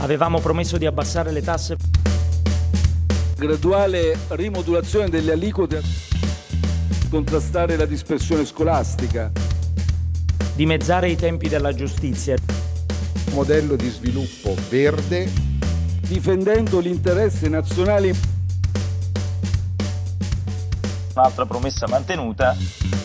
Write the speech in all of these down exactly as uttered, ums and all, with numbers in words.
Avevamo promesso di abbassare le tasse. Graduale rimodulazione delle aliquote, contrastare la dispersione scolastica. Dimezzare i tempi della giustizia. Modello di sviluppo verde. Difendendo l'interesse nazionale. Un'altra promessa mantenuta.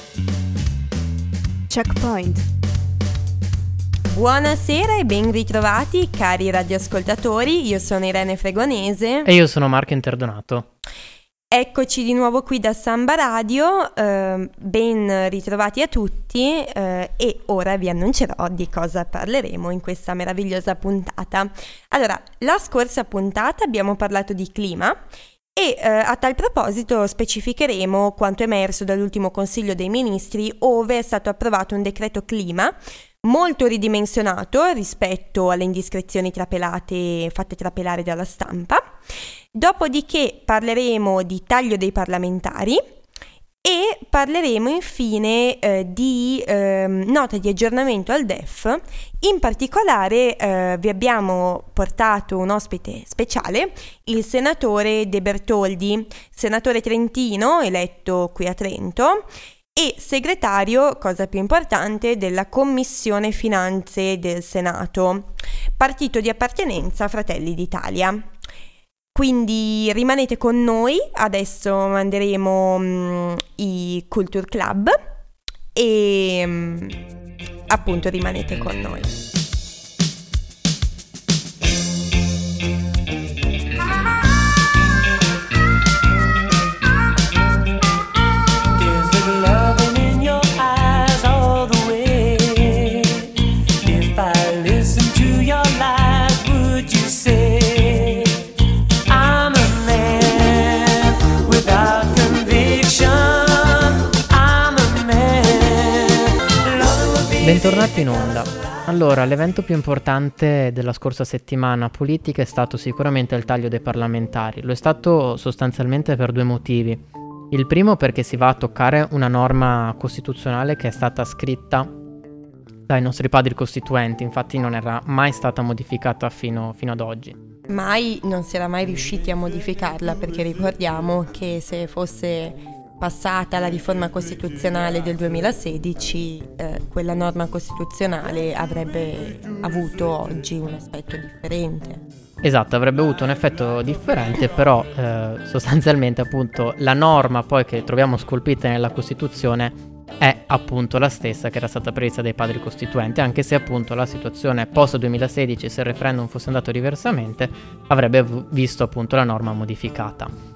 Checkpoint. Buonasera e ben ritrovati cari radioascoltatori, io sono Irene Fregonese e io sono Marco Interdonato. Eccoci di nuovo qui da Samba Radio, eh, ben ritrovati a tutti eh, e ora vi annuncerò di cosa parleremo in questa meravigliosa puntata. Allora, la scorsa puntata abbiamo parlato di clima e eh, a tal proposito specificheremo quanto emerso dall'ultimo Consiglio dei Ministri, ove è stato approvato un decreto clima molto ridimensionato rispetto alle indiscrezioni trapelate, fatte trapelare dalla stampa. Dopodiché parleremo di taglio dei parlamentari e parleremo infine eh, di eh, nota di aggiornamento al D E F. In particolare eh, vi abbiamo portato un ospite speciale, il senatore De Bertoldi, senatore trentino eletto qui a Trento e segretario, cosa più importante, della Commissione Finanze del Senato, partito di appartenenza Fratelli d'Italia. Quindi rimanete con noi, adesso manderemo um, i Culture Club e um, appunto rimanete con noi. Bentornati in onda. Allora, l'evento più importante della scorsa settimana politica è stato sicuramente il taglio dei parlamentari. Lo è stato sostanzialmente per due motivi. Il primo perché si va a toccare una norma costituzionale che è stata scritta dai nostri padri costituenti, infatti non era mai stata modificata fino, fino ad oggi. Mai, non si era mai riusciti a modificarla, perché ricordiamo che se fosse passata la riforma costituzionale del duemilasedici, eh, quella norma costituzionale avrebbe avuto oggi un aspetto differente. Esatto, avrebbe avuto un effetto differente, però eh, sostanzialmente appunto la norma poi che troviamo scolpita nella Costituzione è appunto la stessa che era stata prevista dai padri costituenti, anche se appunto la situazione post duemilasedici, se il referendum fosse andato diversamente, avrebbe visto appunto la norma modificata.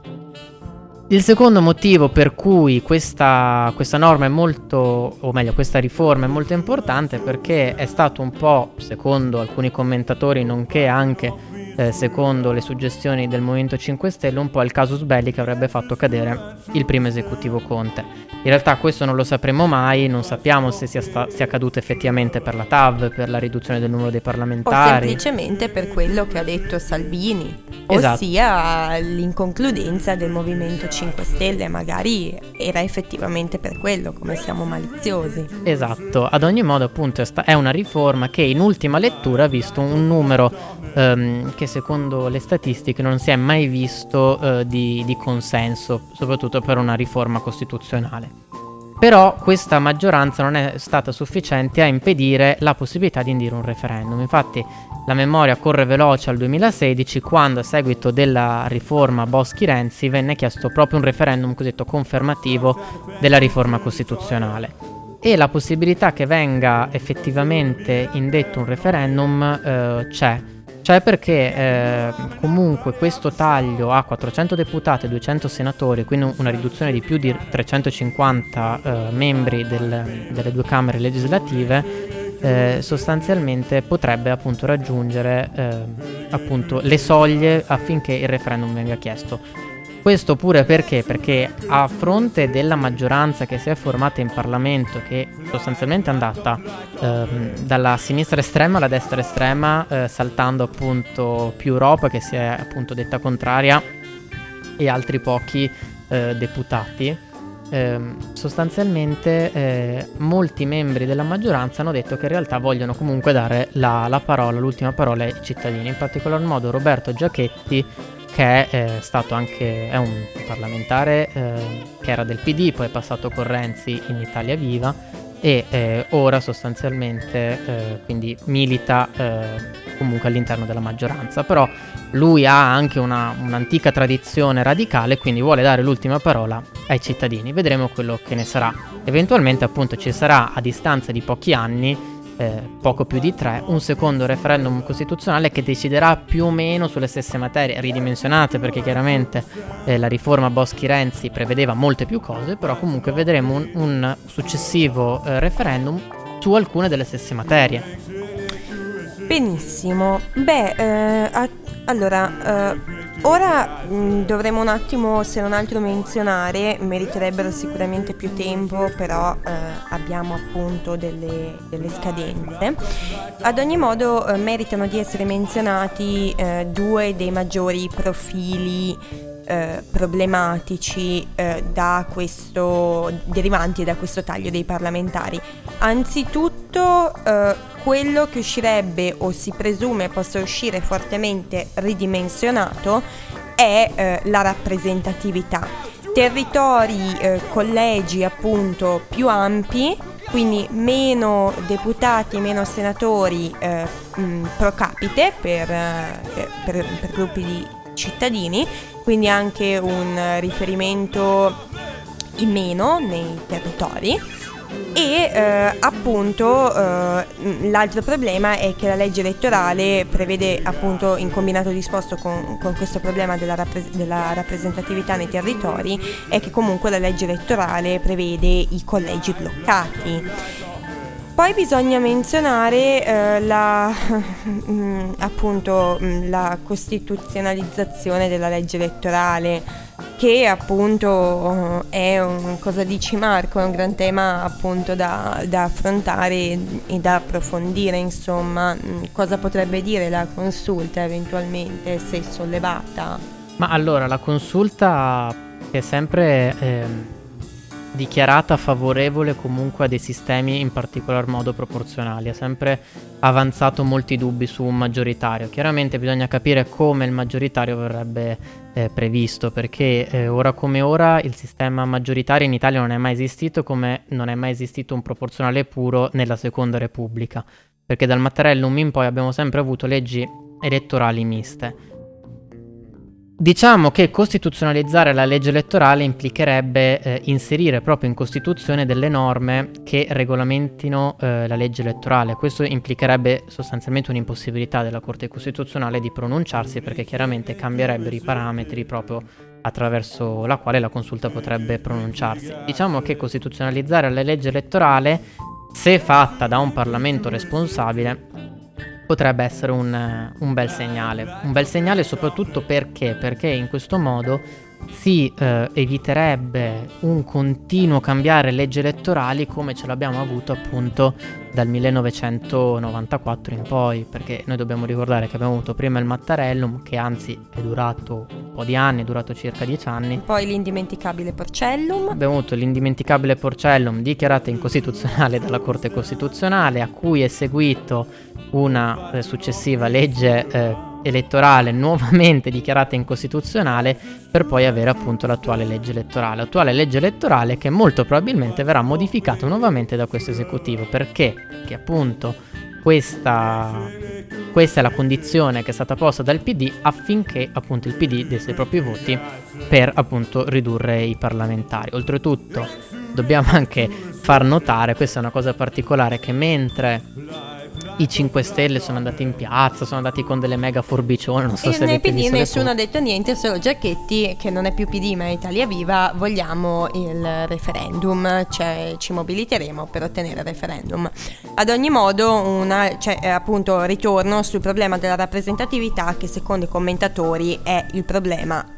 Il secondo motivo per cui questa, questa norma è molto, o meglio questa riforma è molto importante, perché è stato un po', secondo alcuni commentatori, nonché anche eh, secondo le suggestioni del Movimento cinque Stelle, un po' il casus belli che avrebbe fatto cadere il primo esecutivo Conte. In realtà questo non lo sapremo mai, non sappiamo se sia, sta- sia accaduto effettivamente per la T A V, per la riduzione del numero dei parlamentari. O semplicemente per quello che ha detto Salvini, esatto. Ossia l'inconcludenza del Movimento cinque Stelle, magari era effettivamente per quello, come siamo maliziosi. Esatto, ad ogni modo appunto è, sta- è una riforma che in ultima lettura ha visto un numero ehm, che secondo le statistiche non si è mai visto eh, di, di consenso, soprattutto per una riforma costituzionale. Però questa maggioranza non è stata sufficiente a impedire la possibilità di indire un referendum. Infatti la memoria corre veloce al duemilasedici, quando a seguito della riforma Boschi-Renzi venne chiesto proprio un referendum cosiddetto confermativo della riforma costituzionale. E la possibilità che venga effettivamente indetto un referendum eh, c'è. Cioè perché eh, comunque questo taglio a quattrocento deputati e duecento senatori, quindi una riduzione di più di trecentocinquanta eh, membri del, delle due camere legislative, eh, sostanzialmente potrebbe appunto raggiungere eh, appunto le soglie affinché il referendum venga chiesto. Questo pure perché? Perché a fronte della maggioranza che si è formata in Parlamento, che sostanzialmente è andata ehm, dalla sinistra estrema alla destra estrema, eh, saltando appunto più Europa, che si è appunto detta contraria, e altri pochi eh, deputati, eh, sostanzialmente eh, molti membri della maggioranza hanno detto che in realtà vogliono comunque dare la, la parola, l'ultima parola ai cittadini, in particolar modo Roberto Giachetti, che è eh, stato anche è un parlamentare eh, che era del P D, poi è passato con Renzi in Italia Viva e eh, ora sostanzialmente eh, quindi milita eh, comunque all'interno della maggioranza, però lui ha anche una, un'antica tradizione radicale, quindi vuole dare l'ultima parola ai cittadini. Vedremo quello che ne sarà. Eventualmente appunto ci sarà a distanza di pochi anni, eh, poco più di tre, un secondo referendum costituzionale che deciderà più o meno sulle stesse materie, ridimensionate perché chiaramente eh, la riforma Boschi-Renzi prevedeva molte più cose, però comunque vedremo un, un successivo eh, referendum su alcune delle stesse materie. Benissimo, beh, eh, a- allora, eh, ora mh, dovremo un attimo, se non altro, menzionare, meriterebbero sicuramente più tempo, però eh, abbiamo appunto delle, delle scadenze. Ad ogni modo eh, meritano di essere menzionati eh, due dei maggiori profili eh, problematici eh, da questo, derivanti da questo taglio dei parlamentari. Anzitutto eh, quello che uscirebbe o si presume possa uscire fortemente ridimensionato è eh, la rappresentatività. Territori, eh, collegi appunto più ampi, quindi meno deputati, meno senatori eh, mh, pro capite per, eh, per, per gruppi di cittadini, quindi anche un riferimento in meno nei territori. E eh, appunto eh, l'altro problema è che la legge elettorale prevede, appunto in combinato disposto con, con questo problema della, rappres- della rappresentatività nei territori, è che comunque la legge elettorale prevede i collegi bloccati. Poi bisogna menzionare eh, la, mh, appunto mh, la costituzionalizzazione della legge elettorale, che appunto è un, cosa dici Marco, è un gran tema appunto da, da affrontare e da approfondire, insomma. Cosa potrebbe dire la consulta eventualmente, se sollevata? Ma allora, la consulta è sempre eh, dichiarata favorevole comunque a dei sistemi in particolar modo proporzionali, ha sempre avanzato molti dubbi su un maggioritario. Chiaramente bisogna capire come il maggioritario verrebbe eh, previsto, perché eh, ora come ora il sistema maggioritario in Italia non è mai esistito, come non è mai esistito un proporzionale puro nella Seconda Repubblica, perché dal Mattarellum in poi abbiamo sempre avuto leggi elettorali miste. Diciamo che costituzionalizzare la legge elettorale implicherebbe eh, inserire proprio in Costituzione delle norme che regolamentino eh, la legge elettorale. Questo implicherebbe sostanzialmente un'impossibilità della Corte Costituzionale di pronunciarsi, perché chiaramente cambierebbero i parametri proprio attraverso la quale la consulta potrebbe pronunciarsi. Diciamo che costituzionalizzare la legge elettorale, se fatta da un Parlamento responsabile, potrebbe essere un, un bel segnale, un bel segnale soprattutto perché, perché in questo modo si eh, eviterebbe un continuo cambiare leggi elettorali come ce l'abbiamo avuto appunto dal millenovecentonovantaquattro in poi, perché noi dobbiamo ricordare che abbiamo avuto prima il Mattarellum, che anzi è durato un po' di anni, è durato circa dieci anni. Poi l'indimenticabile Porcellum. Abbiamo avuto l'indimenticabile Porcellum dichiarata incostituzionale dalla Corte Costituzionale, a cui è seguito una eh, successiva legge eh, elettorale nuovamente dichiarata incostituzionale, per poi avere appunto l'attuale legge elettorale. Attuale legge elettorale che molto probabilmente verrà modificata nuovamente da questo esecutivo, perché che appunto questa, questa è la condizione che è stata posta dal P D affinché appunto il P D desse i propri voti per appunto ridurre i parlamentari. Oltretutto dobbiamo anche far notare, questa è una cosa particolare, che mentre i cinque Stelle sono andati in piazza, sono andati con delle mega forbicione, non so e se nel avete P D visto nessuno le ha detto niente, solo Giachetti, che non è più P D ma è Italia Viva, vogliamo il referendum, cioè ci mobiliteremo per ottenere il referendum. Ad ogni modo, una, cioè, appunto ritorno sul problema della rappresentatività, che secondo i commentatori è il problema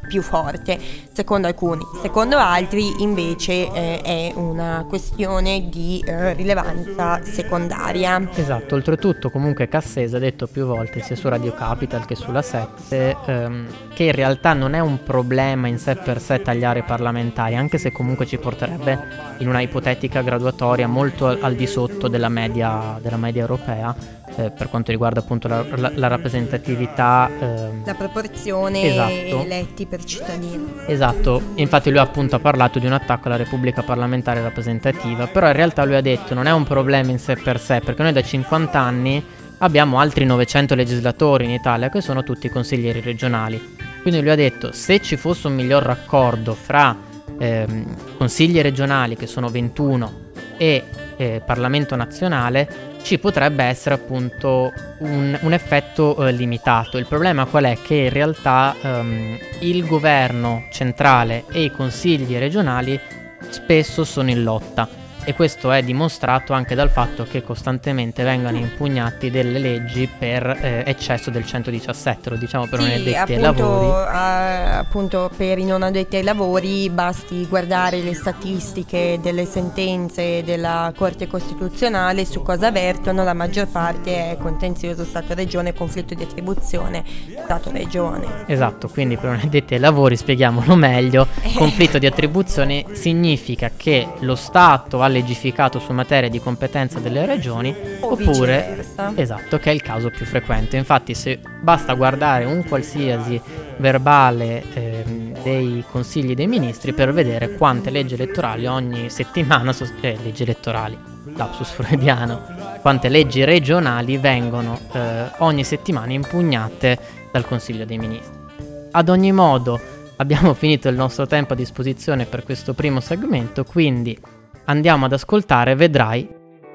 più forte, secondo alcuni. Secondo altri invece eh, è una questione di eh, rilevanza secondaria. Esatto, oltretutto comunque Cassese ha detto più volte sia su Radio Capital che sulla sette ehm, che in realtà non è un problema in sé per sé tagliare i parlamentari, anche se comunque ci porterebbe in una ipotetica graduatoria molto al, al di sotto della media, della media europea eh, per quanto riguarda appunto la, la, la rappresentatività, ehm, la proporzione esatto. eletti per cittadino. Esatto, infatti lui appunto ha parlato di un attacco alla Repubblica parlamentare rappresentativa, però in realtà lui ha detto non è un problema in sé per sé, perché noi da cinquanta anni abbiamo altri novecento legislatori in Italia che sono tutti consiglieri regionali. Quindi lui ha detto se ci fosse un miglior raccordo fra ehm, consigli regionali, che sono ventuno, e eh, Parlamento nazionale, ci potrebbe essere appunto un, un effetto eh, limitato. Il problema qual è? Che in realtà ehm, il governo centrale e i consigli regionali spesso sono in lotta, e questo è dimostrato anche dal fatto che costantemente vengano impugnati delle leggi per eh, eccesso del centodiciassette, lo diciamo per sì, non addetti appunto, ai lavori. A, appunto per i non addetti ai lavori basti guardare le statistiche delle sentenze della Corte Costituzionale su cosa avvertono. La maggior parte è contenzioso Stato-Regione, conflitto di attribuzione Stato-Regione. Esatto, quindi per non addetti ai lavori, spieghiamolo meglio, conflitto di attribuzione significa che lo Stato ha legificato su materie di competenza delle regioni, o oppure viceversa. Esatto, che è il caso più frequente. Infatti se basta guardare un qualsiasi verbale eh, dei consigli dei ministri per vedere quante leggi elettorali ogni settimana sos- eh, leggi elettorali lapsus freudiano quante leggi regionali vengono eh, ogni settimana impugnate dal Consiglio dei Ministri. Ad ogni modo abbiamo finito il nostro tempo a disposizione per questo primo segmento, quindi andiamo ad ascoltare Vedrai.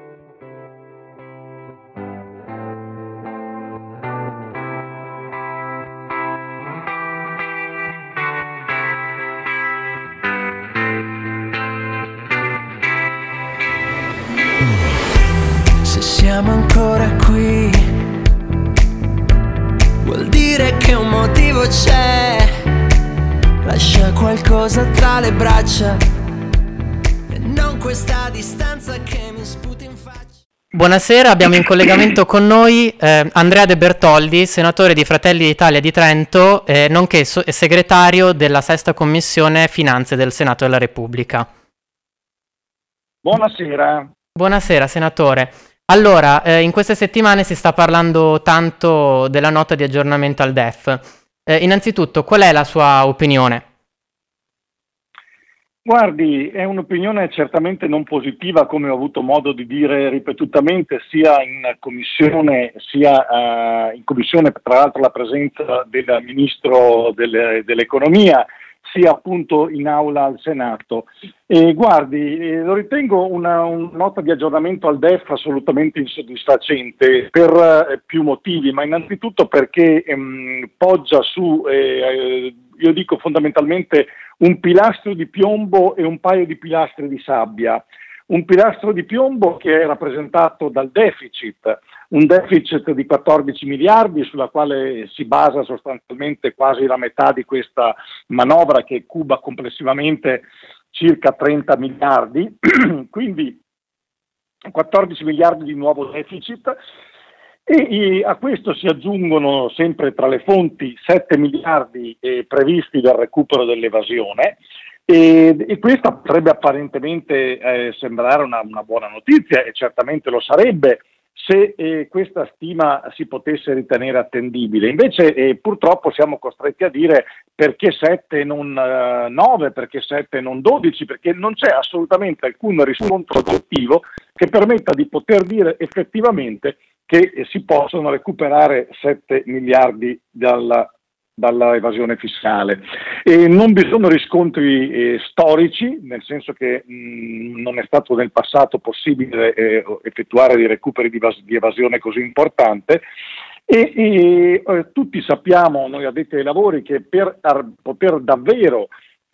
Se siamo ancora qui, vuol dire che un motivo c'è. Lascia qualcosa tra le braccia, non questa distanza che mi sputa in faccia. Buonasera, abbiamo in collegamento con noi eh, Andrea De Bertoldi, senatore di Fratelli d'Italia di Trento, eh, nonché so- segretario della Sesta Commissione Finanze del Senato della Repubblica. Buonasera. Buonasera, senatore. Allora, eh, in queste settimane si sta parlando tanto della nota di aggiornamento al D E F. Eh, innanzitutto, qual è la sua opinione? Guardi, è un'opinione certamente non positiva, come ho avuto modo di dire ripetutamente sia in commissione, sia uh, in commissione, tra l'altro la presenza del Ministro delle, dell'Economia, sia appunto in aula al Senato. E guardi, eh, lo ritengo una, una nota di aggiornamento al D E F assolutamente insoddisfacente per eh, più motivi, ma innanzitutto perché ehm, poggia su, eh, io dico fondamentalmente, un pilastro di piombo e un paio di pilastri di sabbia. Un pilastro di piombo che è rappresentato dal deficit, un deficit di quattordici miliardi sulla quale si basa sostanzialmente quasi la metà di questa manovra, che cuba complessivamente circa trenta miliardi, quindi quattordici miliardi di nuovo deficit. E a questo si aggiungono sempre tra le fonti sette miliardi eh, previsti dal recupero dell'evasione, e, e questa potrebbe apparentemente eh, sembrare una, una buona notizia, e certamente lo sarebbe se eh, questa stima si potesse ritenere attendibile. Invece eh, purtroppo siamo costretti a dire perché sette e non eh, nove, perché sette e non dodici, perché non c'è assolutamente alcun riscontro oggettivo che permetta di poter dire effettivamente che si possono recuperare sette miliardi dalla, dalla evasione fiscale. E non vi sono riscontri eh, storici, nel senso che mh, non è stato nel passato possibile eh, effettuare dei recuperi di, vas- di evasione così importante, e, e eh, tutti sappiamo, noi addetti ai lavori, che per ar- poter davvero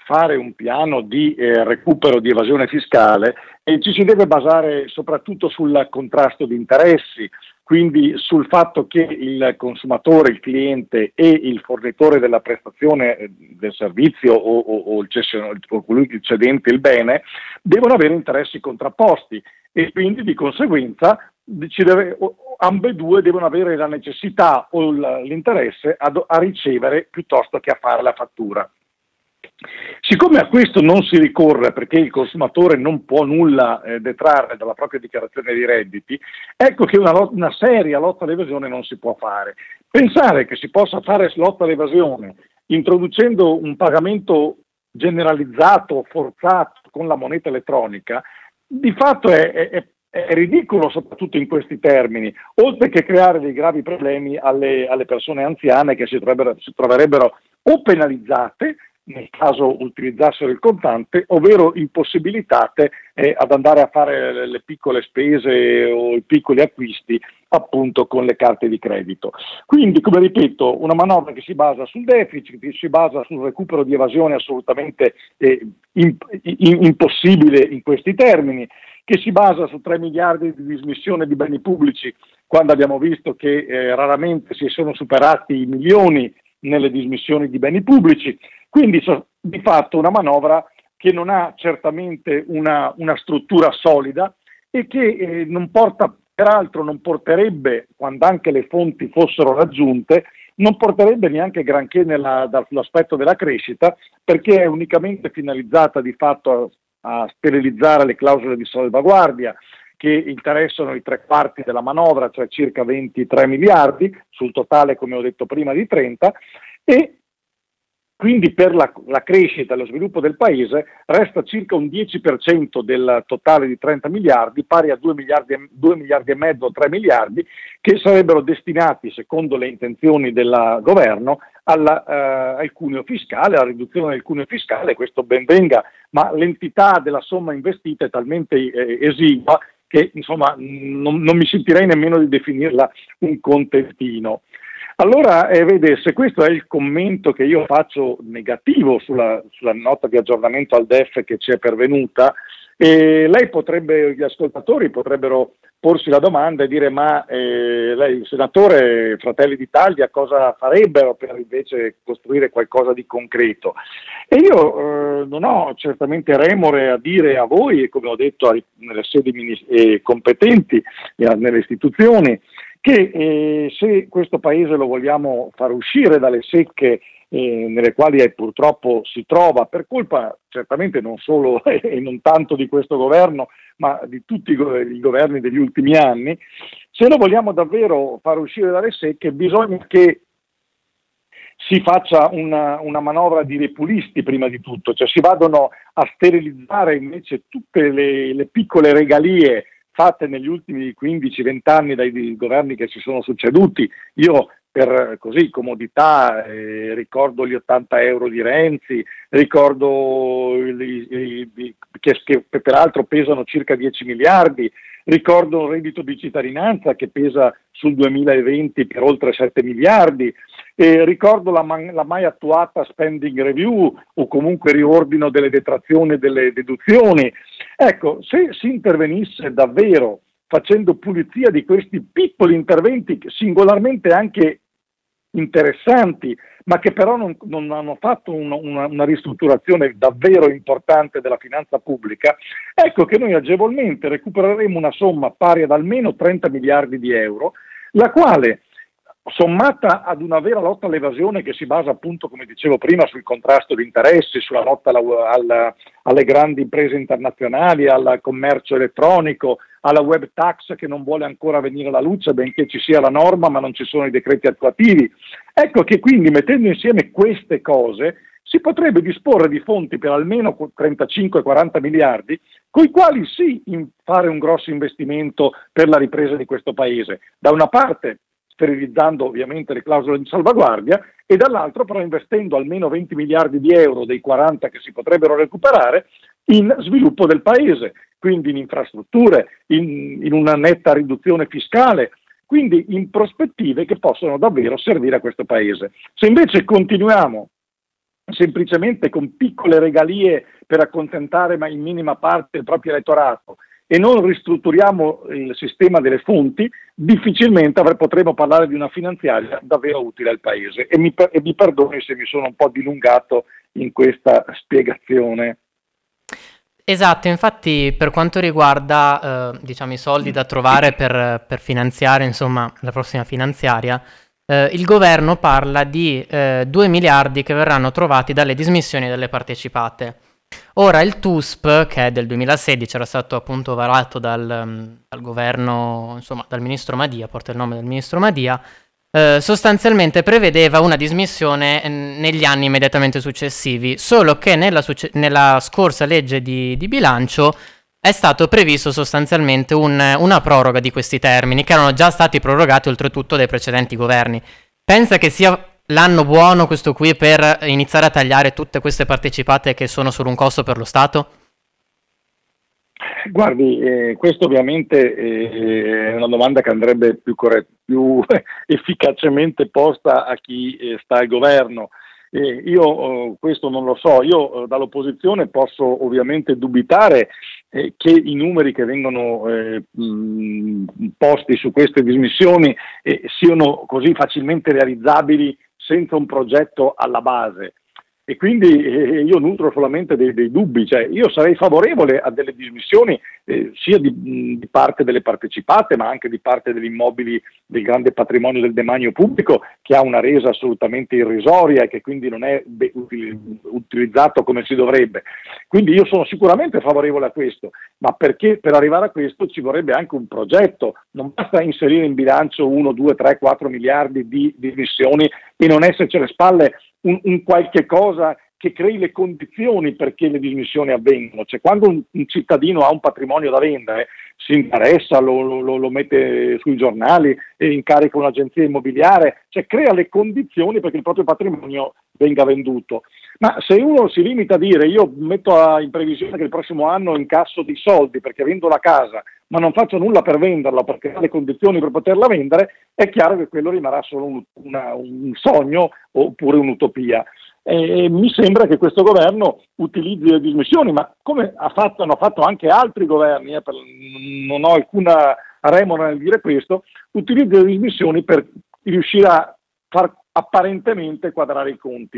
fare un piano di eh, recupero di evasione fiscale e ci si deve basare soprattutto sul contrasto di interessi, quindi sul fatto che il consumatore, il cliente e il fornitore della prestazione del servizio o, o, o, il, cession- o colui che cedente il bene devono avere interessi contrapposti e quindi di conseguenza ci deve, ambedue devono avere la necessità o l'interesse a, a ricevere piuttosto che a fare la fattura. Siccome a questo non si ricorre perché il consumatore non può nulla eh, detrarre dalla propria dichiarazione di redditi, ecco che una, lot- una seria lotta all'evasione non si può fare. Pensare che si possa fare lotta all'evasione introducendo un pagamento generalizzato, forzato con la moneta elettronica, di fatto è, è, è ridicolo soprattutto in questi termini, oltre che creare dei gravi problemi alle, alle persone anziane che si troverebbero, si troverebbero o penalizzate nel caso utilizzassero il contante, ovvero impossibilitate eh, ad andare a fare le, le piccole spese o i piccoli acquisti appunto con le carte di credito. Quindi, come ripeto, una manovra che si basa sul deficit, che si basa sul recupero di evasione assolutamente eh, imp- impossibile in questi termini, che si basa su tre miliardi di dismissione di beni pubblici, quando abbiamo visto che eh, raramente si sono superati i milioni nelle dismissioni di beni pubblici. Quindi so, di fatto una manovra che non ha certamente una, una struttura solida e che eh, non porta, peraltro non porterebbe, quando anche le fonti fossero raggiunte, non porterebbe neanche granché nella, sull'aspetto della crescita, perché è unicamente finalizzata di fatto a, a sterilizzare le clausole di salvaguardia che interessano i tre quarti della manovra, cioè circa ventitré miliardi, sul totale, come ho detto prima, di trenta, e quindi per la, la crescita e lo sviluppo del paese resta circa un dieci per cento del totale di trenta miliardi, pari a due miliardi, due miliardi e mezzo, tre miliardi, che sarebbero destinati, secondo le intenzioni del governo, alla, eh, al cuneo fiscale, alla riduzione del cuneo fiscale. Questo ben venga, ma l'entità della somma investita è talmente eh, esigua che insomma non, non mi sentirei nemmeno di definirla un contentino. Allora, eh, vede, se questo è il commento che io faccio negativo sulla, sulla nota di aggiornamento al D E F che ci è pervenuta, eh, lei potrebbe, gli ascoltatori potrebbero porsi la domanda e dire: ma eh, lei, il senatore Fratelli d'Italia, cosa farebbero per invece costruire qualcosa di concreto? E io eh, non ho certamente remore a dire a voi, e come ho detto ai, nelle sedi minis- eh, competenti, eh, nelle istituzioni, che eh, se questo paese lo vogliamo far uscire dalle secche eh, nelle quali è, purtroppo si trova, per colpa certamente non solo e non tanto di questo governo, ma di tutti i, go- i governi degli ultimi anni, se lo vogliamo davvero far uscire dalle secche bisogna che si faccia una, una manovra di repulisti prima di tutto, cioè si vadano a sterilizzare invece tutte le, le piccole regalie fatte negli ultimi quindici venti anni dai governi che si sono succeduti. Io per così comodità eh, ricordo gli ottanta euro di Renzi, ricordo i, i, i, che, che peraltro pesano circa dieci miliardi, ricordo un reddito di cittadinanza che pesa sul duemilaventi per oltre sette miliardi, e ricordo la, man, la mai attuata spending review o comunque riordino delle detrazioni e delle deduzioni. Ecco, se si intervenisse davvero facendo pulizia di questi piccoli interventi singolarmente anche interessanti, ma che però non, non hanno fatto una, una, una ristrutturazione davvero importante della finanza pubblica, ecco che noi agevolmente recupereremo una somma pari ad almeno trenta miliardi di euro, la quale, sommata ad una vera lotta all'evasione che si basa appunto, come dicevo prima, sul contrasto di interessi, sulla lotta alla, alla, alle grandi imprese internazionali, al commercio elettronico, alla web tax che non vuole ancora venire alla luce, benché ci sia la norma ma non ci sono i decreti attuativi. Ecco che quindi, mettendo insieme queste cose, si potrebbe disporre di fonti per almeno trentacinque quaranta miliardi, con i quali sì fare un grosso investimento per la ripresa di questo paese. Da una parte sterilizzando ovviamente le clausole di salvaguardia, e dall'altro però investendo almeno venti miliardi di euro dei quaranta che si potrebbero recuperare in sviluppo del paese, quindi in infrastrutture, in, in una netta riduzione fiscale, quindi in prospettive che possono davvero servire a questo paese. Se invece continuiamo semplicemente con piccole regalie per accontentare ma in minima parte il proprio elettorato e non ristrutturiamo il sistema delle fonti, difficilmente avrei, potremo parlare di una finanziaria davvero utile al Paese. E mi, e mi perdoni se mi sono un po' dilungato in questa spiegazione. Esatto, infatti per quanto riguarda eh, diciamo i soldi da trovare per, per finanziare insomma la prossima finanziaria, eh, il governo parla di eh, due miliardi che verranno trovati dalle dismissioni delle partecipate. Ora il T U S P, che è del duemilasedici, era stato appunto varato dal, dal governo, insomma dal ministro Madia, porta il nome del ministro Madia, eh, sostanzialmente prevedeva una dismissione eh, negli anni immediatamente successivi, solo che nella, succe- nella scorsa legge di, di bilancio è stato previsto sostanzialmente un, una proroga di questi termini, che erano già stati prorogati oltretutto dai precedenti governi. Pensa che sia l'anno buono questo qui per iniziare a tagliare tutte queste partecipate che sono solo un costo per lo Stato? Guardi, eh, questo ovviamente eh, è una domanda che andrebbe più, corret- più efficacemente posta a chi eh, sta al governo. Eh, io eh, questo non lo so, io eh, dall'opposizione posso ovviamente dubitare eh, che i numeri che vengono eh, mh, posti su queste dismissioni eh, siano così facilmente realizzabili senza un progetto alla base, e quindi eh, io nutro solamente dei, dei dubbi. Cioè, io sarei favorevole a delle dismissioni eh, sia di, di parte delle partecipate, ma anche di parte degli immobili del grande patrimonio del demanio pubblico, che ha una resa assolutamente irrisoria e che quindi non è be- util- utilizzato come si dovrebbe. Quindi io sono sicuramente favorevole a questo, ma perché per arrivare a questo ci vorrebbe anche un progetto. Non basta inserire in bilancio uno, due, tre, quattro miliardi di dismissioni e non esserci alle spalle un, un qualche cosa che crei le condizioni perché le dismissioni avvengono. Cioè, quando un, un cittadino ha un patrimonio da vendere, si interessa, lo, lo, lo mette sui giornali, e incarica un'agenzia immobiliare, cioè crea le condizioni perché il proprio patrimonio venga venduto. Ma se uno si limita a dire io metto a, in previsione che il prossimo anno incasso dei soldi perché vendo la casa, ma non faccio nulla per venderla perché ha le condizioni per poterla vendere, è chiaro che quello rimarrà solo un, una, un sogno oppure un'utopia. E mi sembra che questo governo utilizzi le dismissioni, ma come ha fatto, hanno fatto anche altri governi, eh, per, non ho alcuna remora nel dire questo, utilizzi le dismissioni per riuscire a far apparentemente quadrare i conti,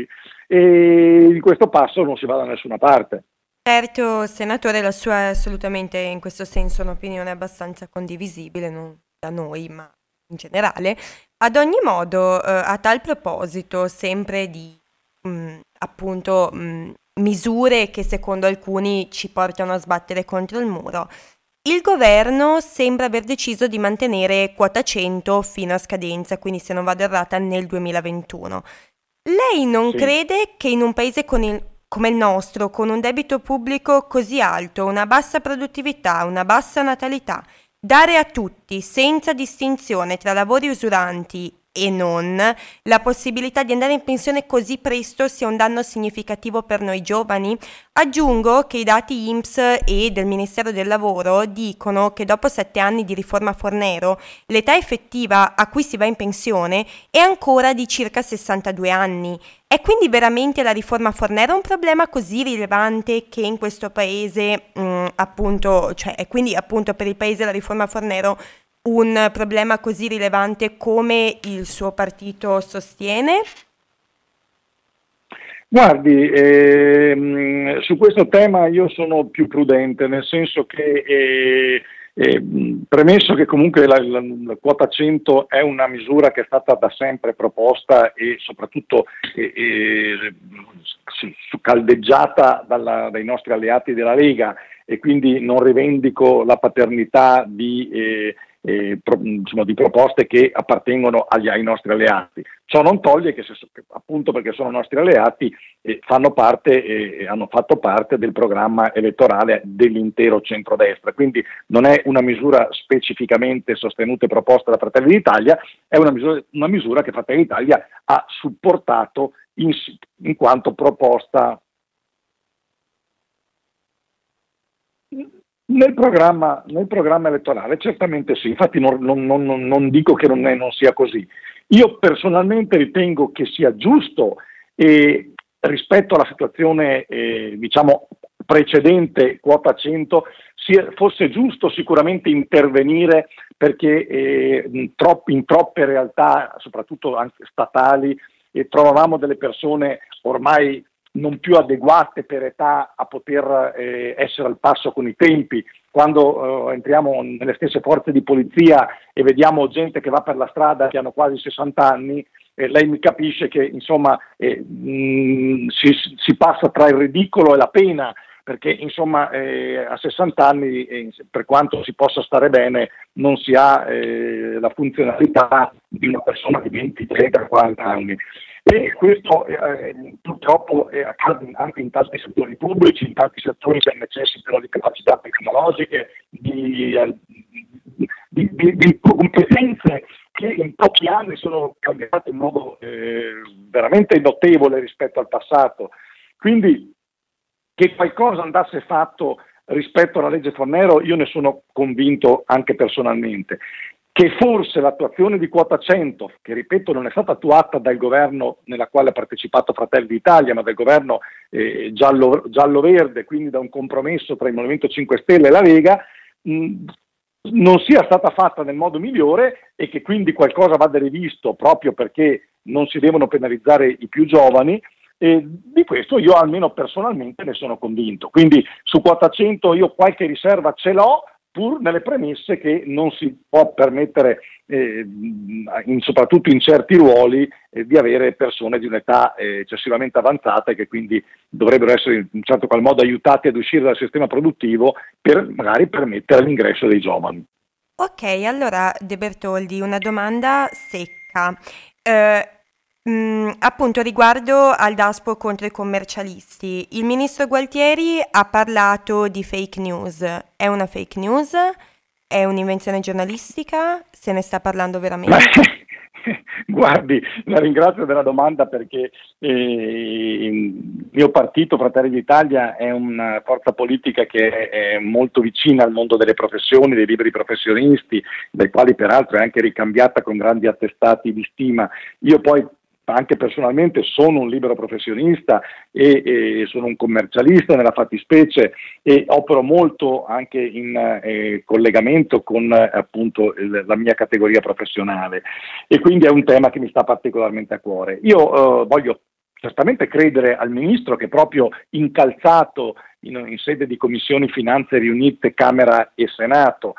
e in questo passo non si va da nessuna parte. Certo, senatore, la sua è assolutamente in questo senso un'opinione abbastanza condivisibile, non da noi ma in generale. Ad ogni modo, eh, a tal proposito, sempre di mh, appunto mh, misure che secondo alcuni ci portano a sbattere contro il muro, il governo sembra aver deciso di mantenere quota cento fino a scadenza, quindi se non vado errata nel duemilaventuno. Lei non Sì. crede che in un paese con il come il nostro, con un debito pubblico così alto, una bassa produttività, una bassa natalità, dare a tutti, senza distinzione tra lavori usuranti e non, la possibilità di andare in pensione così presto sia un danno significativo per noi giovani? Aggiungo che i dati I N P S e del Ministero del Lavoro dicono che dopo sette anni di riforma Fornero l'età effettiva a cui si va in pensione è ancora di circa sessantadue anni. È quindi veramente la riforma Fornero un problema così rilevante che in questo paese, mh, appunto, cioè è quindi appunto per il paese la riforma Fornero un problema così rilevante come il suo partito sostiene? Guardi, ehm, su questo tema io sono più prudente, nel senso che eh, eh, premesso che comunque la, la, la quota cento è una misura che è stata da sempre proposta e soprattutto eh, eh, su, su caldeggiata dalla, dai nostri alleati della Lega, e quindi non rivendico la paternità di eh, Eh, pro, insomma, di proposte che appartengono agli, ai nostri alleati. Ciò non toglie che, se, appunto perché sono nostri alleati, eh, fanno parte e eh, hanno fatto parte del programma elettorale dell'intero centrodestra. Quindi non è una misura specificamente sostenuta e proposta da Fratelli d'Italia, è una misura, una misura che Fratelli d'Italia ha supportato in, in quanto proposta Nel programma, nel programma elettorale, certamente sì, infatti non, non, non, non dico che non, è, non sia così. Io personalmente ritengo che sia giusto e rispetto alla situazione eh, diciamo precedente quota cento sia, fosse giusto sicuramente intervenire perché eh, in, troppi, in troppe realtà, soprattutto anche statali, eh, trovavamo delle persone ormai non più adeguate per età a poter eh, essere al passo con i tempi. Quando eh, entriamo nelle stesse forze di polizia e vediamo gente che va per la strada che hanno quasi sessanta anni, eh, lei mi capisce che insomma eh, mh, si, si passa tra il ridicolo e la pena, perché insomma eh, a sessanta anni, eh, per quanto si possa stare bene, non si ha eh, la funzionalità di una persona di venti, trenta, quaranta anni. E questo eh, purtroppo eh, accade anche in tanti settori pubblici, in tanti settori che necessitano di capacità tecnologiche, di, eh, di, di, di competenze che in pochi anni sono cambiate in modo eh, veramente notevole rispetto al passato. Quindi che qualcosa andasse fatto rispetto alla legge Fornero io ne sono convinto anche personalmente. Che forse l'attuazione di quota cento, che ripeto non è stata attuata dal governo nella quale ha partecipato Fratelli d'Italia, ma dal governo eh, giallo, giallo-verde, quindi da un compromesso tra il Movimento cinque Stelle e la Lega, mh, non sia stata fatta nel modo migliore e che quindi qualcosa vada rivisto proprio perché non si devono penalizzare i più giovani. E di questo io almeno personalmente ne sono convinto. Quindi su quota cento io qualche riserva ce l'ho, pur nelle premesse che non si può permettere, eh, in, soprattutto in certi ruoli, eh, di avere persone di un'età eh, eccessivamente avanzata e che quindi dovrebbero essere in un certo qual modo aiutati ad uscire dal sistema produttivo per magari permettere l'ingresso dei giovani. Ok, allora De Bertoldi, una domanda secca. Eh, mh, appunto riguardo al Daspo contro i commercialisti, il ministro Gualtieri ha parlato di fake news. È una fake news? È un'invenzione giornalistica? Se ne sta parlando veramente? Guardi, la ringrazio della domanda perché eh, il mio partito, Fratelli d'Italia, è una forza politica che è molto vicina al mondo delle professioni, dei liberi professionisti, dai quali peraltro è anche ricambiata con grandi attestati di stima. Io poi anche personalmente sono un libero professionista e, e sono un commercialista nella fattispecie e opero molto anche in eh, collegamento con eh, appunto il, la mia categoria professionale e quindi è un tema che mi sta particolarmente a cuore. Io eh, voglio certamente credere al Ministro che proprio incalzato in, in sede di commissioni finanze riunite Camera e Senato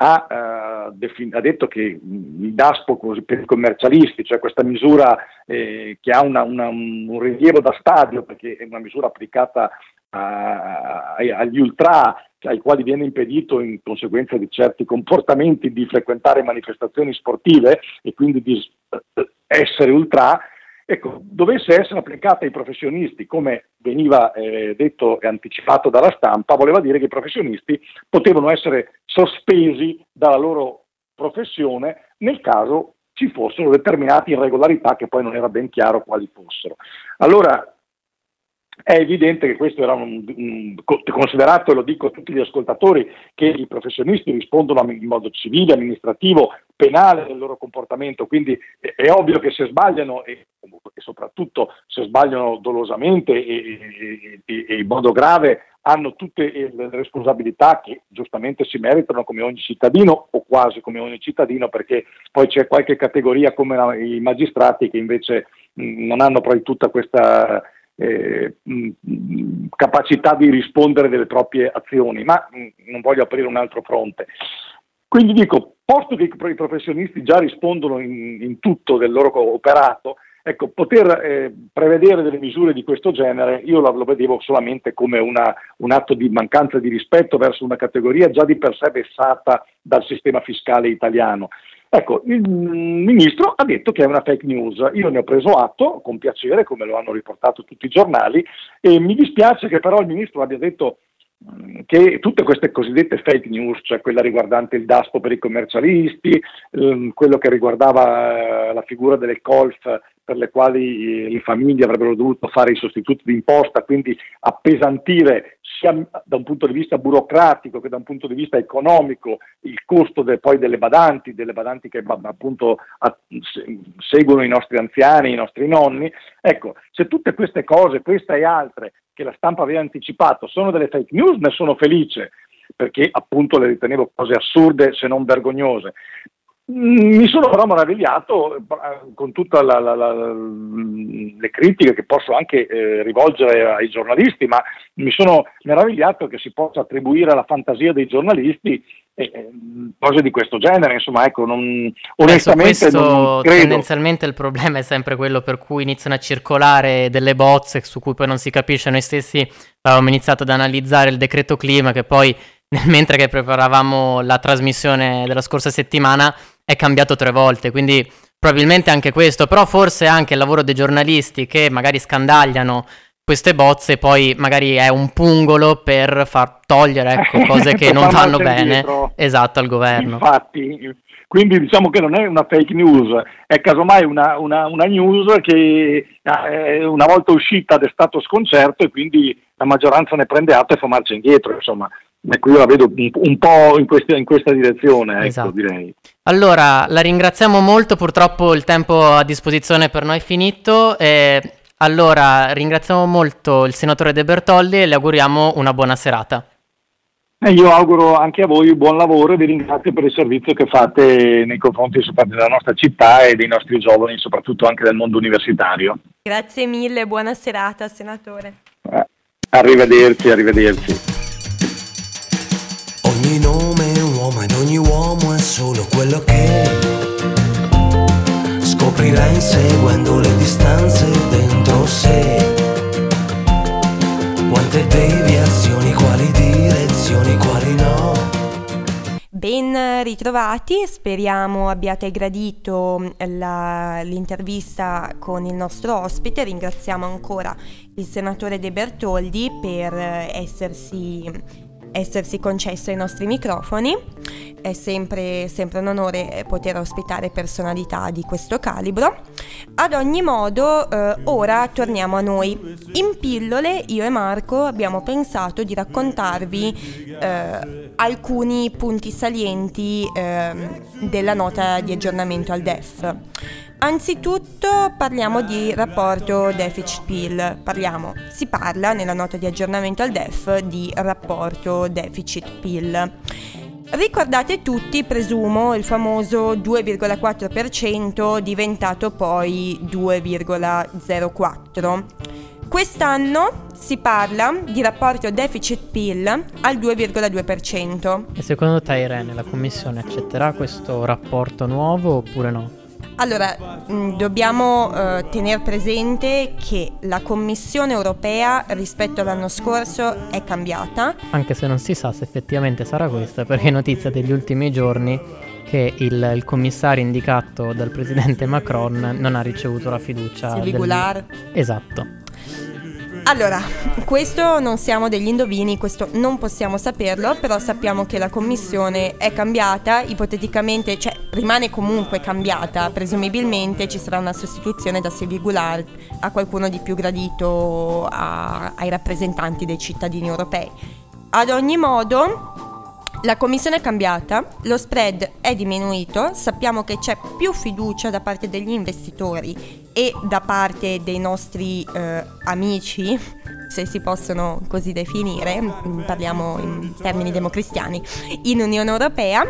Ha, uh, defin- ha detto che il Daspo per i commercialisti, cioè questa misura eh, che ha una, una, un rilievo da stadio perché è una misura applicata a, a, agli ultra, ai quali viene impedito in conseguenza di certi comportamenti di frequentare manifestazioni sportive e quindi di essere ultra, ecco, dovesse essere applicata ai professionisti come veniva eh, detto e anticipato dalla stampa, voleva dire che i professionisti potevano essere sospesi dalla loro professione nel caso ci fossero determinate irregolarità che poi non era ben chiaro quali fossero. Allora è evidente che questo era un, un considerato, e lo dico a tutti gli ascoltatori, che i professionisti rispondono in modo civile, amministrativo, penale del loro comportamento, quindi è, è ovvio che se sbagliano e, e soprattutto se sbagliano dolosamente e, e, e, e in modo grave hanno tutte le responsabilità che giustamente si meritano come ogni cittadino o quasi come ogni cittadino, perché poi c'è qualche categoria come la, i magistrati che invece mh, non hanno poi tutta questa Eh, mh, capacità di rispondere delle proprie azioni, ma mh, non voglio aprire un altro fronte. Quindi dico, posto che i professionisti già rispondono in, in tutto del loro operato, ecco, poter eh, prevedere delle misure di questo genere io lo, lo vedevo solamente come una, un atto di mancanza di rispetto verso una categoria già di per sé vessata dal sistema fiscale italiano. Ecco, il Ministro ha detto che è una fake news, io ne ho preso atto con piacere, come lo hanno riportato tutti i giornali, e mi dispiace che però il Ministro abbia detto che tutte queste cosiddette fake news, cioè quella riguardante il Daspo per i commercialisti, ehm, quello che riguardava eh, la figura delle colf per le quali le famiglie avrebbero dovuto fare i sostituti d'imposta, quindi appesantire sia da un punto di vista burocratico che da un punto di vista economico il costo de, poi delle badanti, delle badanti che appunto a, se, seguono i nostri anziani, i nostri nonni. Ecco, se tutte queste cose, questa e altre, che la stampa aveva anticipato, sono delle fake news, ne sono felice, perché appunto le ritenevo cose assurde se non vergognose. Mi sono però meravigliato con tutte le critiche che posso anche eh, rivolgere ai giornalisti, ma mi sono meravigliato che si possa attribuire alla fantasia dei giornalisti eh, cose di questo genere. Insomma, ecco, non, onestamente questo, non credo. Tendenzialmente il problema è sempre quello per cui iniziano a circolare delle bozze su cui poi non si capisce. Noi stessi avevamo iniziato ad analizzare il decreto clima, che poi mentre che preparavamo la trasmissione della scorsa settimana è cambiato tre volte, quindi probabilmente anche questo, però forse anche il lavoro dei giornalisti che magari scandagliano queste bozze poi magari è un pungolo per far togliere, ecco, cose che non vanno bene dietro. Esatto, al governo. Infatti, quindi diciamo che non è una fake news, è casomai una, una, una news che eh, una volta uscita ha destato sconcerto e quindi la maggioranza ne prende atto e fa marcia indietro, insomma. Ecco, io la vedo un, un po' in questa, in questa direzione, ecco, esatto. direi. Allora, la ringraziamo molto, purtroppo il tempo a disposizione per noi è finito. Eh, allora, ringraziamo molto il senatore De Bertoldi e le auguriamo una buona serata. E io auguro anche a voi buon lavoro e vi ringrazio per il servizio che fate nei confronti della nostra città e dei nostri giovani, soprattutto anche del mondo universitario. Grazie mille, buona serata, senatore. Eh, arrivederci, arrivederci. Ogni nome è un uomo ed ogni uomo è solo quello che scoprirà inseguendo le distanze dentro sé. Quante deviazioni, quali direzioni, quali no. Ben ritrovati, speriamo abbiate gradito la, l'intervista con il nostro ospite. Ringraziamo ancora il senatore De Bertoldi per essersi essersi concesso ai nostri microfoni. È sempre, sempre un onore poter ospitare personalità di questo calibro. Ad ogni modo, eh, ora torniamo a noi. In pillole, io e Marco abbiamo pensato di raccontarvi eh, alcuni punti salienti eh, della nota di aggiornamento al D E F. Anzitutto parliamo di rapporto deficit P I L, parliamo, si parla nella nota di aggiornamento al D E F di rapporto deficit P I L. Ricordate tutti, presumo, il famoso due virgola quattro per cento diventato poi due virgola zero quattro. Quest'anno si parla di rapporto deficit P I L al due virgola due per cento. E secondo te, Irene, la Commissione accetterà questo rapporto nuovo oppure no? Allora, mh, dobbiamo eh, tenere presente che la Commissione europea rispetto all'anno scorso è cambiata. Anche se non si sa se effettivamente sarà questa, perché è notizia degli ultimi giorni che il, il commissario indicato dal presidente Macron non ha ricevuto la fiducia. Sylvie Goulart. Del... Esatto. Allora, questo non siamo degli indovini, questo non possiamo saperlo, però sappiamo che la commissione è cambiata, ipoteticamente, cioè rimane comunque cambiata, presumibilmente ci sarà una sostituzione da Sylvie Goulart a qualcuno di più gradito a, ai rappresentanti dei cittadini europei. Ad ogni modo, la commissione è cambiata, lo spread è diminuito, sappiamo che c'è più fiducia da parte degli investitori e da parte dei nostri eh, amici, se si possono così definire, parliamo in termini democristiani, in Unione Europea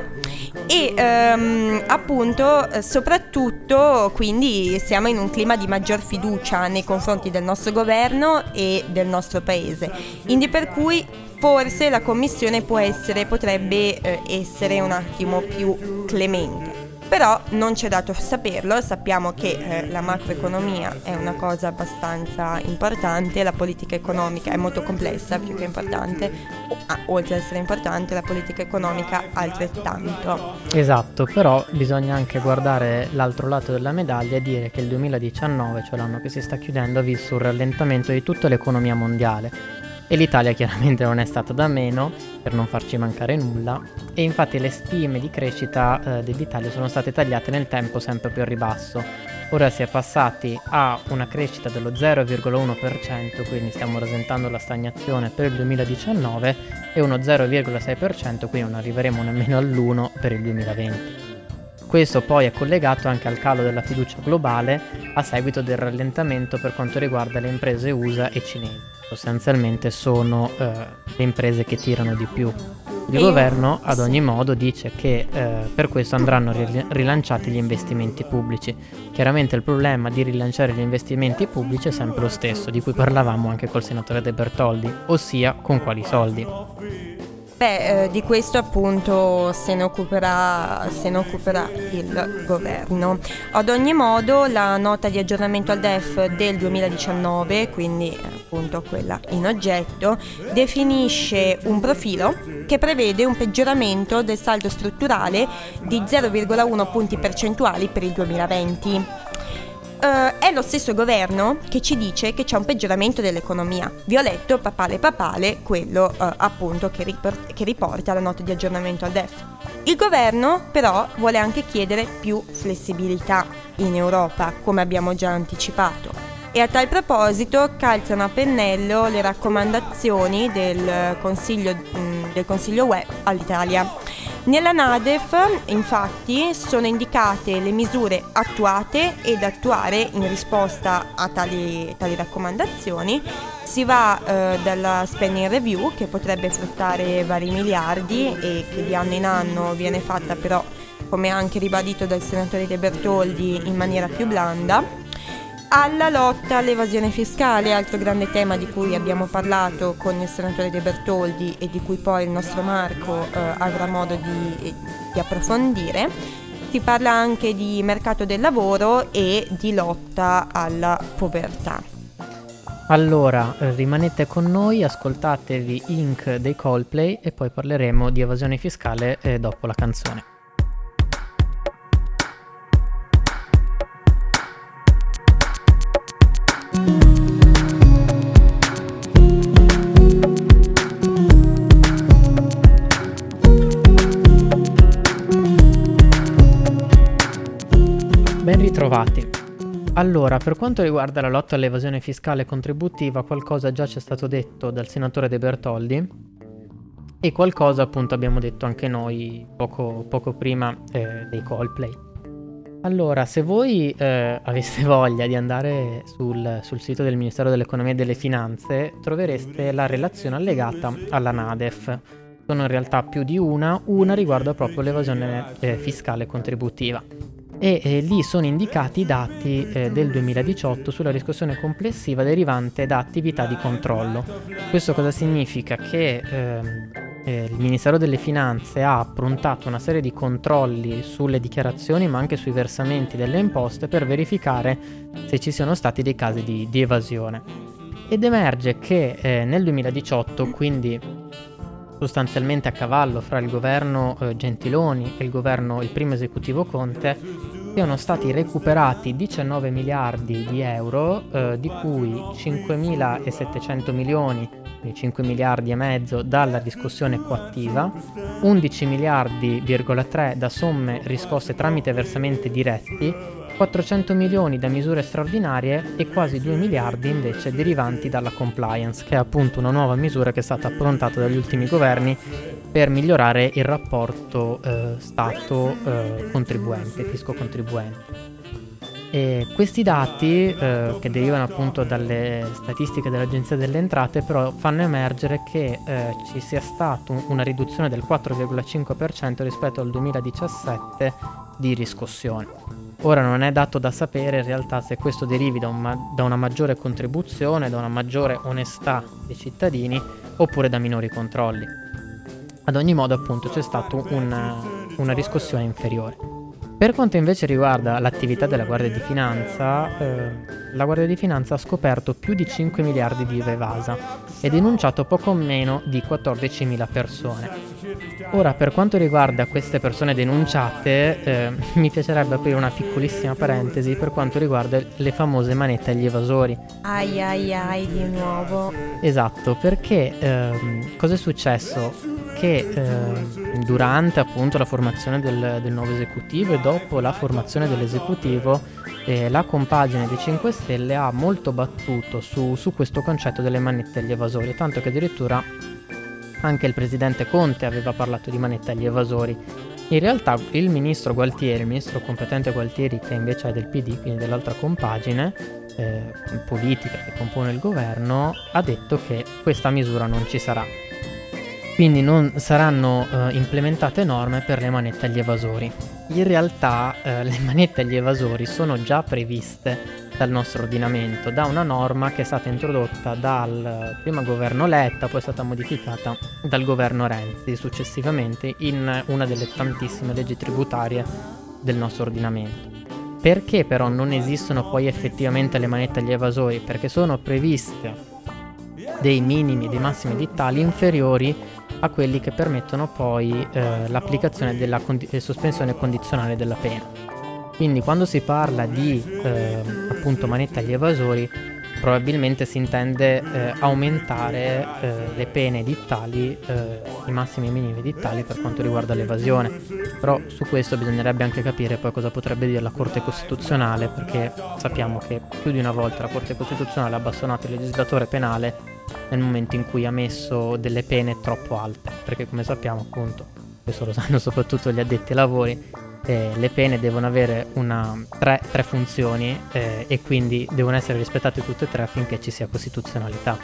e ehm, appunto soprattutto quindi siamo in un clima di maggior fiducia nei confronti del nostro governo e del nostro paese, quindi per cui forse la Commissione può essere, potrebbe eh, essere un attimo più clemente. Però non c'è dato saperlo, sappiamo che eh, la macroeconomia è una cosa abbastanza importante, la politica economica è molto complessa, più che importante, ah, oltre ad essere importante la politica economica altrettanto. Esatto, però bisogna anche guardare l'altro lato della medaglia e dire che il duemiladiciannove, cioè l'anno che si sta chiudendo, ha visto un rallentamento di tutta l'economia mondiale. E l'Italia chiaramente non è stata da meno, per non farci mancare nulla, e infatti le stime di crescita eh, dell'Italia sono state tagliate nel tempo sempre più a ribasso. ora si è passati a una crescita dello zero virgola uno per cento, quindi stiamo rasentando la stagnazione per il duemiladiciannove, e uno zero virgola sei per cento, quindi non arriveremo nemmeno all'uno per il duemilaventi. Questo poi è collegato anche al calo della fiducia globale a seguito del rallentamento per quanto riguarda le imprese U S A e cinesi. Sostanzialmente sono eh, le imprese che tirano di più. Il governo ad ogni modo dice che eh, per questo andranno ri- rilanciati gli investimenti pubblici. Chiaramente il problema di rilanciare gli investimenti pubblici è sempre lo stesso, di cui parlavamo anche col senatore De Bertoldi, ossia con quali soldi. Beh, eh, di questo appunto se ne occuperà, se ne occuperà il governo. Ad ogni modo la nota di aggiornamento al D E F del duemiladiciannove, quindi appunto quella in oggetto, definisce un profilo che prevede un peggioramento del saldo strutturale di zero virgola uno punti percentuali per il duemilaventi. Uh, è lo stesso governo che ci dice che c'è un peggioramento dell'economia. Vi ho letto papale papale quello uh, appunto che, riport- che riporta la nota di aggiornamento al D E F. Il governo però vuole anche chiedere più flessibilità in Europa, come abbiamo già anticipato, e a tal proposito calzano a pennello le raccomandazioni del Consiglio, mh, del Consiglio U E all'Italia. Nella NADEF infatti sono indicate le misure attuate e da attuare in risposta a tali, tali raccomandazioni. Si va eh, dalla spending review, che potrebbe fruttare vari miliardi e che di anno in anno viene fatta però, come anche ribadito dal senatore De Bertoldi, in maniera più blanda, alla lotta all'evasione fiscale, altro grande tema di cui abbiamo parlato con il senatore De Bertoldi e di cui poi il nostro Marco eh, avrà modo di, di approfondire. Si parla anche di mercato del lavoro e di lotta alla povertà. Allora, rimanete con noi, ascoltatevi Ink dei Coldplay e poi parleremo di evasione fiscale eh, dopo la canzone. Ben ritrovati. Allora, per quanto riguarda la lotta all'evasione fiscale contributiva, qualcosa già ci è stato detto dal senatore De Bertoldi e qualcosa appunto abbiamo detto anche noi poco, poco prima eh, dei Coldplay. Allora, se voi eh, aveste voglia di andare sul, sul sito del Ministero dell'Economia e delle Finanze, trovereste la relazione allegata alla NADEF. Sono in realtà più di una, una riguarda proprio l'evasione eh, fiscale contributiva. E eh, lì sono indicati i dati eh, del duemiladiciotto sulla riscossione complessiva derivante da attività di controllo. Questo cosa significa? Che ehm, eh, il Ministero delle Finanze ha approntato una serie di controlli sulle dichiarazioni ma anche sui versamenti delle imposte per verificare se ci siano stati dei casi di, di evasione. Ed emerge che eh, nel duemiladiciotto, quindi sostanzialmente a cavallo fra il governo eh, Gentiloni e il governo, il primo esecutivo Conte, siano stati recuperati diciannove miliardi di euro, eh, di cui cinquemilasettecento milioni, quindi cinque miliardi e mezzo dalla riscossione coattiva, undici miliardi virgola tre da somme riscosse tramite versamenti diretti, quattrocento milioni da misure straordinarie e quasi due miliardi invece derivanti dalla compliance, che è appunto una nuova misura che è stata approntata dagli ultimi governi per migliorare il rapporto eh, Stato-contribuente, eh, fisco-contribuente. E questi dati, eh, che derivano appunto dalle statistiche dell'Agenzia delle Entrate, però fanno emergere che eh, ci sia stata un, una riduzione del quattro virgola cinque per cento rispetto al duemiladiciassette di riscossione. Ora non è dato da sapere in realtà se questo derivi da, un ma- da una maggiore contribuzione, da una maggiore onestà dei cittadini oppure da minori controlli. Ad ogni modo appunto c'è stata una, una riscossione inferiore. Per quanto invece riguarda l'attività della Guardia di Finanza, eh, la Guardia di Finanza ha scoperto più di cinque miliardi di I V A evasa e denunciato poco meno di quattordicimila persone. Ora, per quanto riguarda queste persone denunciate, eh, mi piacerebbe aprire una piccolissima parentesi per quanto riguarda le famose manette agli evasori. Ai ai ai di nuovo. Esatto, perché ehm, cosa è successo? Che eh, durante appunto la formazione del, del nuovo esecutivo e dopo la formazione dell'esecutivo E la compagine dei cinque Stelle ha molto battuto su, su questo concetto delle manette agli evasori, tanto che addirittura anche il presidente Conte aveva parlato di manette agli evasori. In realtà il ministro Gualtieri, il ministro competente Gualtieri, che invece è del P D, quindi dell'altra compagine eh, politica che compone il governo, ha detto che questa misura non ci sarà. Quindi non saranno eh, implementate norme per le manette agli evasori. In realtà eh, le manette agli evasori sono già previste dal nostro ordinamento, da una norma che è stata introdotta dal prima governo Letta, poi è stata modificata dal governo Renzi successivamente in una delle tantissime leggi tributarie del nostro ordinamento. Perché però non esistono poi effettivamente le manette agli evasori? Perché sono previste dei minimi e dei massimi edittali inferiori a quelli che permettono poi eh, l'applicazione della condi- sospensione condizionale della pena. Quindi quando si parla di eh, appunto manette agli evasori, probabilmente si intende eh, aumentare eh, le pene edittali, eh, i massimi e i minimi edittali per quanto riguarda l'evasione. Però su questo bisognerebbe anche capire poi cosa potrebbe dire la Corte Costituzionale, perché sappiamo che più di una volta la Corte Costituzionale ha bassonato il legislatore penale nel momento in cui ha messo delle pene troppo alte, perché come sappiamo appunto, questo lo sanno soprattutto gli addetti ai lavori, eh, le pene devono avere una, tre, tre funzioni eh, e quindi devono essere rispettate tutte e tre affinché ci sia costituzionalità.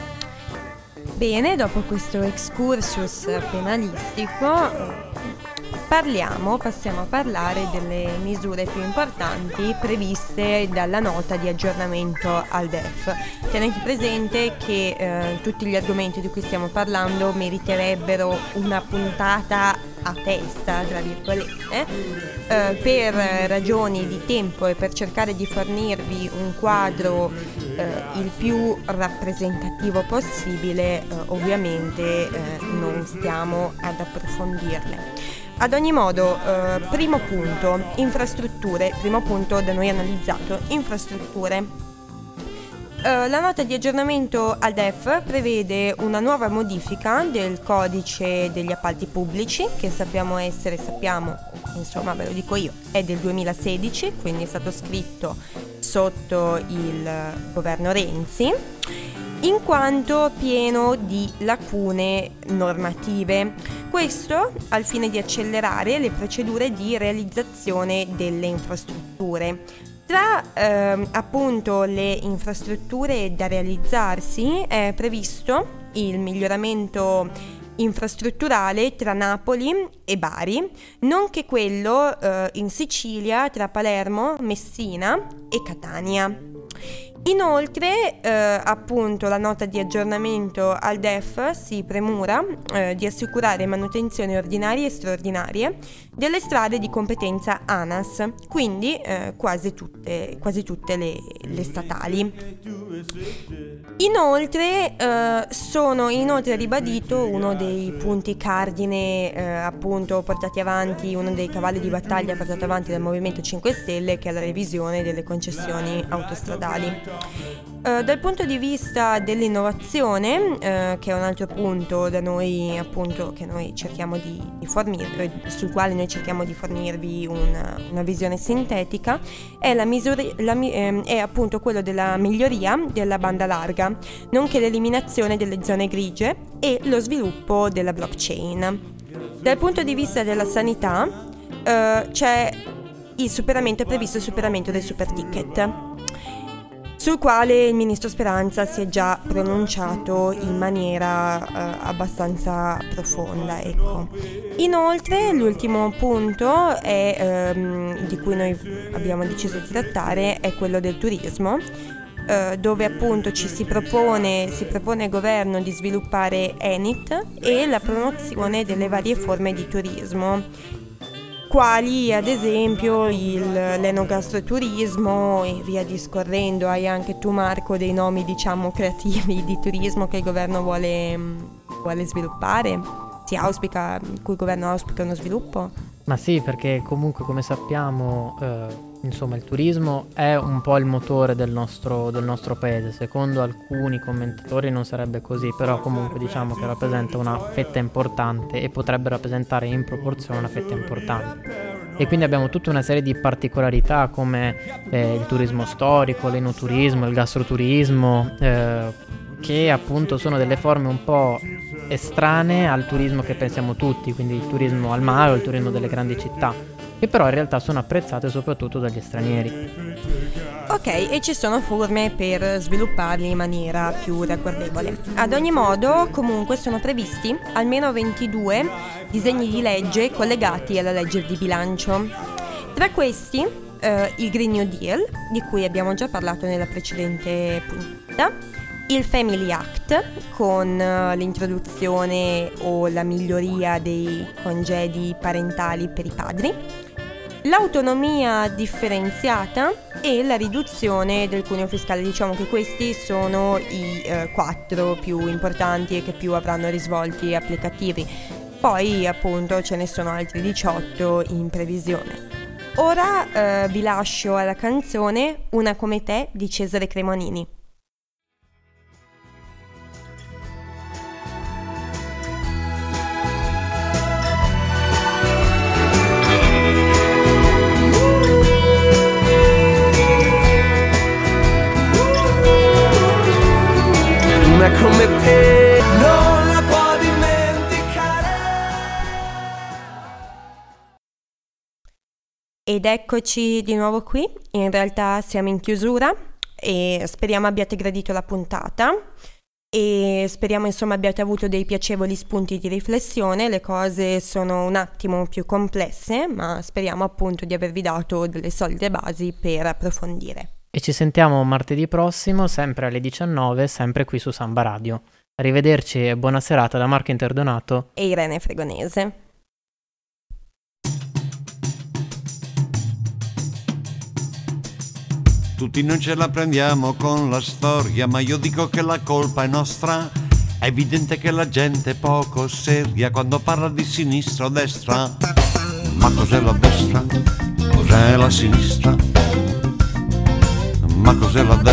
Bene, dopo questo excursus penalistico parliamo, passiamo a parlare delle misure più importanti previste dalla nota di aggiornamento al D E F. Tenete presente che eh, tutti gli argomenti di cui stiamo parlando meriterebbero una puntata a testa, tra virgolette, eh, per ragioni di tempo e per cercare di fornirvi un quadro eh, il più rappresentativo possibile. Eh, ovviamente eh, non stiamo ad approfondirle. Ad ogni modo, eh, primo punto, infrastrutture, primo punto da noi analizzato, infrastrutture. Uh, la nota di aggiornamento al D E F prevede una nuova modifica del codice degli appalti pubblici, che sappiamo essere, sappiamo, insomma ve lo dico io, è del duemilasedici, quindi è stato scritto sotto il governo Renzi, in quanto pieno di lacune normative. Questo al fine di accelerare le procedure di realizzazione delle infrastrutture. Tra ehm, appunto le infrastrutture da realizzarsi è previsto il miglioramento infrastrutturale tra Napoli e Bari, nonché quello eh, in Sicilia tra Palermo, Messina e Catania. Inoltre, eh, appunto, la nota di aggiornamento al D E F si premura eh, di assicurare manutenzioni ordinarie e straordinarie delle strade di competenza ANAS, quindi eh, quasi tutte, quasi tutte le, le statali. Inoltre, eh, sono inoltre ribadito uno dei punti cardine eh, appunto portati avanti, uno dei cavalli di battaglia portati avanti dal Movimento cinque Stelle, che è la revisione delle concessioni autostradali. Uh, dal punto di vista dell'innovazione, uh, che è un altro punto da noi appunto che noi cerchiamo di, di fornirvi, sul quale noi cerchiamo di fornirvi una, una visione sintetica, è, la misura, la, ehm, è appunto quello della miglioria della banda larga, nonché l'eliminazione delle zone grigie e lo sviluppo della blockchain. Dal punto di vista della sanità, uh, c'è il superamento, è previsto il superamento del super ticket, sul quale il ministro Speranza si è già pronunciato in maniera eh, abbastanza profonda, ecco. Inoltre l'ultimo punto è, ehm, di cui noi abbiamo deciso di trattare è quello del turismo, eh, dove appunto ci si propone, si propone al governo di sviluppare Enit e la promozione delle varie forme di turismo, quali ad esempio il, l'enogastroturismo e via discorrendo. Hai anche tu, Marco, dei nomi diciamo creativi di turismo che il governo vuole, vuole sviluppare? Si auspica, cui il governo auspica uno sviluppo? Ma sì, perché comunque come sappiamo eh, insomma il turismo è un po' il motore del nostro, del nostro paese. Secondo alcuni commentatori non sarebbe così, però comunque diciamo che rappresenta una fetta importante e potrebbe rappresentare in proporzione una fetta importante. e quindi abbiamo tutta una serie di particolarità come eh, il turismo storico, l'enoturismo, il gastroturismo, eh, che appunto sono delle forme un po' estranee al turismo che pensiamo tutti, quindi il turismo al mare o il turismo delle grandi città, che però in realtà sono apprezzate soprattutto dagli stranieri. Ok, e ci sono forme per svilupparli in maniera più ragguardevole. Ad ogni modo, comunque sono previsti almeno ventidue disegni di legge collegati alla legge di bilancio. Tra questi, eh, il Green New Deal, di cui abbiamo già parlato nella precedente puntata, il Family Act, con uh, l'introduzione o la miglioria dei congedi parentali per i padri, l'autonomia differenziata e la riduzione del cuneo fiscale. Diciamo che questi sono i eh, quattro più importanti e che più avranno risvolti applicativi. Poi appunto ce ne sono altri diciotto in previsione. Ora eh, vi lascio alla canzone Una come te di Cesare Cremonini. Una come te non la può dimenticare. Ed eccoci di nuovo qui. In realtà siamo in chiusura e speriamo abbiate gradito la puntata e speriamo insomma abbiate avuto dei piacevoli spunti di riflessione. Le cose sono un attimo più complesse, ma speriamo appunto di avervi dato delle solide basi per approfondire. E ci sentiamo martedì prossimo, sempre alle diciannove, sempre qui su Samba Radio. Arrivederci e buona serata da Marco Interdonato e Irene Fregonese. Tutti non ce la prendiamo con la storia, ma io dico che la colpa è nostra. È evidente che la gente è poco seria quando parla di sinistra o destra. Ma cos'è la destra? Cos'è la sinistra? Ma cos'è la destra?